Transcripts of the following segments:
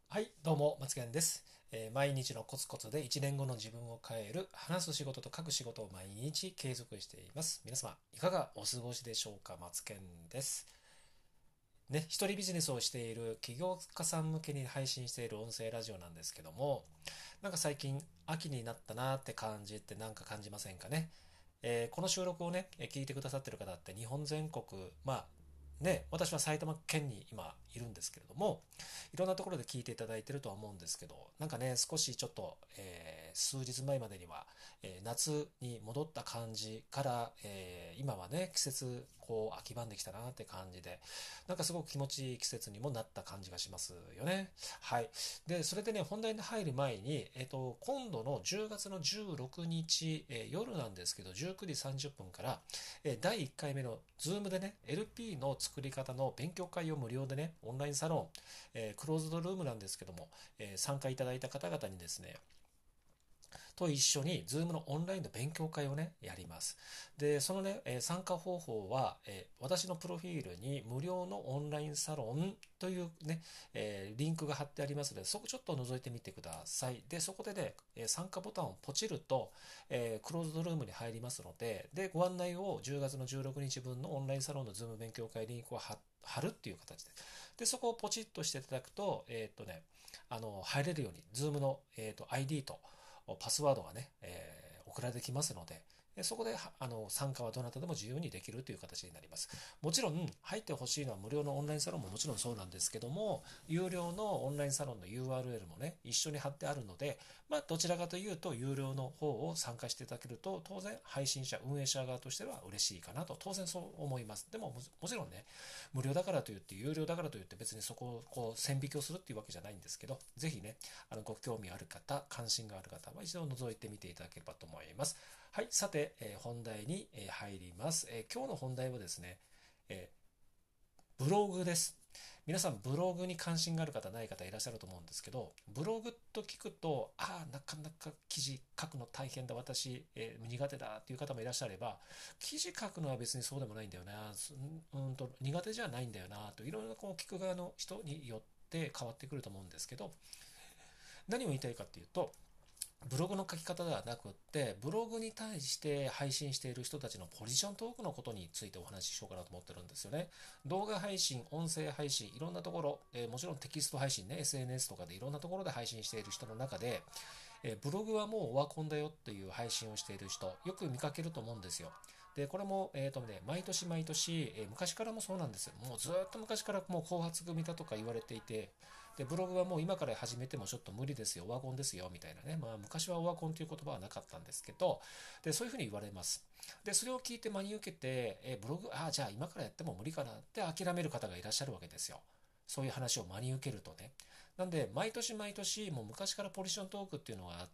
はい、どうも、松健です。毎日のコツコツで1年後の自分を変える、話す仕事と書く仕事を毎日継続しています。皆様、いかがお過ごしでしょうか？松健です。ね、一人ビジネスをしている起業家さん向けに配信している音声ラジオなんですけども、なんか最近秋になったなって感じってなんか感じませんかね？この収録をね、聞いてくださってる方って日本全国、私は埼玉県に今いるんですけれども、いろんなところで聞いていただいてるとは思うんですけど、なんかね、少しちょっと、数日前までには、夏に戻った感じから、今はね、季節、こう、秋ばんできたなって感じで、なんかすごく気持ちいい季節にもなった感じがしますよね。はい。で、それでね、本題に入る前に、今度の10月の16日、夜なんですけど、19時30分から、第1回目の Zoom でね、LP の作り方の勉強会を無料でね、オンラインサロン、クローズドルームなんですけども、参加いただいた方々にですね、と一緒に Zoom のオンラインの勉強会をね、やります。で、そのね、参加方法は、私のプロフィールに無料のオンラインサロンというね、リンクが貼ってありますので、そこちょっと覗いてみてください。で、そこでね、参加ボタンをポチると、クローズドルームに入りますので、で、ご案内を10月の16日分のオンラインサロンの Zoom 勉強会リンクを貼るっていう形で。で、そこをポチッとしていただくと、入れるように、Zoom の、ID と、パスワードがね、送られてきますので、そこで参加はどなたでも自由にできるという形になります。もちろん入ってほしいのは無料のオンラインサロンももちろんそうなんですけども、有料のオンラインサロンの URL もね、一緒に貼ってあるので、どちらかというと有料の方を参加していただけると、当然配信者、運営者側としては嬉しいかなと、当然そう思います。でももちろんね、無料だからといって、有料だからといって別にそこをこう線引きをするっていうわけじゃないんですけど、ぜひね、ご興味ある方、関心がある方は一度覗いてみていただければと思います。はい、さて、本題に入ります。今日の本題はですね、えブログです。皆さんブログに関心がある方ない方いらっしゃると思うんですけど、ブログと聞くと、なかなか記事書くの大変だ、私、苦手だっていう方もいらっしゃれば、記事書くのは別にそうでもないんだよな、苦手じゃないんだよなと、いろいろなこう聞く側の人によって変わってくると思うんですけど、何を言いたいかっていうと、ブログの書き方ではなくって、ブログに対して配信している人たちのポジショントークのことについてお話ししようかなと思ってるんですよね。動画配信、音声配信、いろんなところ、もちろんテキスト配信ね、SNS とかでいろんなところで配信している人の中で、ブログはもうオワコンだよっていう配信をしている人、よく見かけると思うんですよ。で、これも、毎年毎年、昔からもそうなんですよ。もうずっと昔からもう後発組だとか言われていて、で、ブログはもう今から始めてもちょっと無理ですよ、オワコンですよ、みたいなね。昔はオワコンという言葉はなかったんですけど、で、そういうふうに言われます。で、それを聞いて真に受けて、ブログ、じゃあ今からやっても無理かなって諦める方がいらっしゃるわけですよ。そういう話を真に受けるとね。なんで、毎年毎年、もう昔からポジショントークっていうのがあって、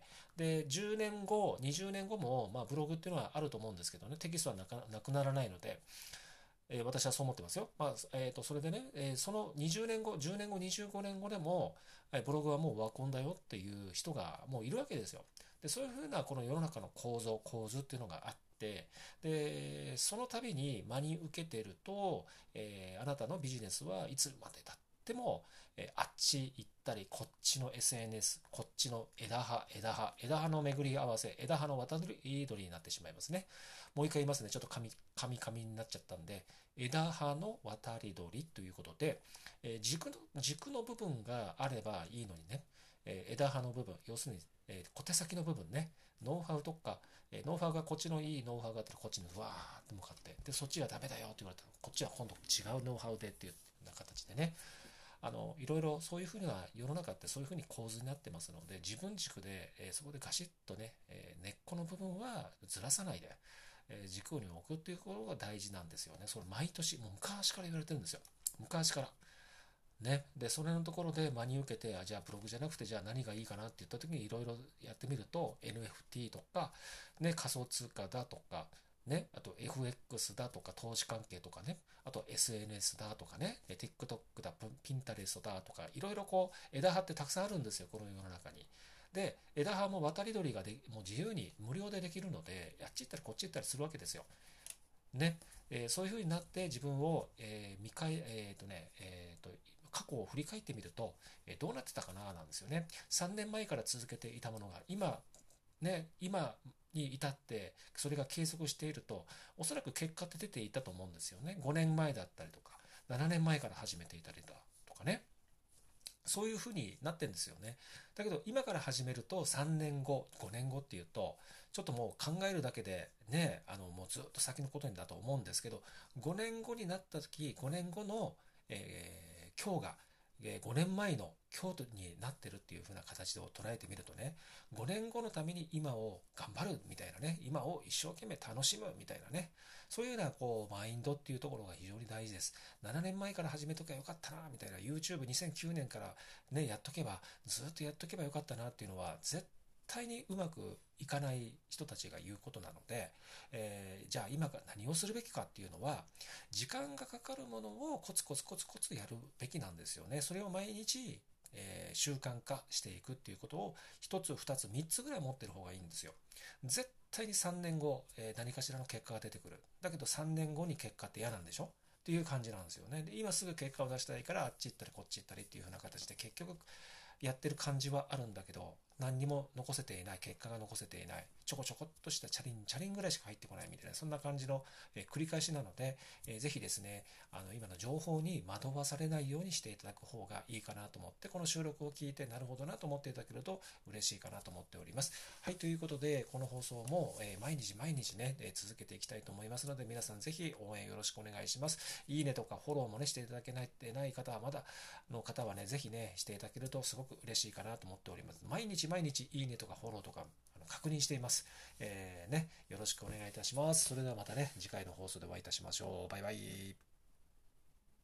で、10年後、20年後も、ブログっていうのはあると思うんですけどね、テキストはなくならないので、私はそう思ってますよ。それでね、その20年後、10年後、25年後でも、ブログはもうオワコンだよっていう人がもういるわけですよ。で、そういうふうなこの世の中の構図っていうのがあって、で、その度に真に受けてると、あなたのビジネスはいつまでたっても、あっち行ったり、こっちの SNS、こっちの枝葉の巡り合わせ、枝葉の渡り鳥になってしまいますね。もう一回言いますね。ちょっと噛みになっちゃったんで、枝葉の渡り鳥ということで、軸の部分があればいいのにね、枝葉の部分、要するに、小手先の部分ね、ノウハウとか、ノウハウがこっちのいいノウハウがあったらこっちにわーって向かって、で、そっちがダメだよって言われたら、こっちは今度違うノウハウでっていうような形でね、いろいろそういうふうな世の中ってそういうふうに構図になってますので、自分軸で、そこでガシッとね、根っこの部分はずらさないで、軸に置くっていうことが大事なんですよね。それ毎年、もう昔から言われてるんですよ。昔から。ね。で、それのところで真に受けて、じゃあブログじゃなくて、じゃあ何がいいかなって言った時にいろいろやってみると、NFT とか、ね、仮想通貨だとか、ね、あと FX だとか、投資関係とかね、あと SNS だとかね、TikTok だ、Pinterest だとか、いろいろこう、枝葉ってたくさんあるんですよ、この世の中に。で、枝葉も渡り鳥がもう自由に無料でできるので、あっち行ったりこっち行ったりするわけですよ。ね。そういう風になって自分を、見返、変過去を振り返ってみると、どうなってたかななんですよね。3年前から続けていたものが今に至ってそれが継続していると、おそらく結果って出ていたと思うんですよね。5年前だったりとか、7年前から始めていたりだとかね。そういうふうになってるんですよね。だけど今から始めると3年後、5年後っていうと、ちょっともう考えるだけでね、もうずっと先のことにだと思うんですけど、5年後になった時、5年後の、今日が、5年前の今日になってるっていう風な形で捉えてみるとね、5年後のために今を頑張るみたいなね、今を一生懸命楽しむみたいなね、そういうようなマインドっていうところが非常に大事です。7年前から始めとけばよかったなみたいな、 YouTube2009 年からねやっとけば、ずっとやっとけばよかったなっていうのは絶対にうまくいかない人たちが言うことなので、じゃあ今から何をするべきかっていうのは、時間がかかるものをコツコツコツコツやるべきなんですよね。それを毎日、習慣化していくっていうことを1つ2つ3つぐらい持ってる方がいいんですよ。絶対に3年後、何かしらの結果が出てくる。だけど3年後に結果って嫌なんでしょっていう感じなんですよね。で、今すぐ結果を出したいからあっち行ったりこっち行ったりっていう風な形で結局やってる感じはあるんだけど、何にも残せていない、結果が残せていない、ちょこちょこっとしたチャリンぐらいしか入ってこないみたいな、そんな感じの、繰り返しなので、ぜひですね、今の情報に惑わされないようにしていただく方がいいかなと思って、この収録を聞いてなるほどなと思っていただけると嬉しいかなと思っております。はい、ということで、この放送も、毎日毎日ね、続けていきたいと思いますので、皆さんぜひ応援よろしくお願いします。いいねとかフォローもね、していただけない方は、まだの方はね、ぜひね、していただけるとすごく嬉しいかなと思っております。毎日毎日いいねとかフォローとか確認しています。よろしくお願いいたします。それではまたね、次回の放送でお会いいたしましょう。バイバイ。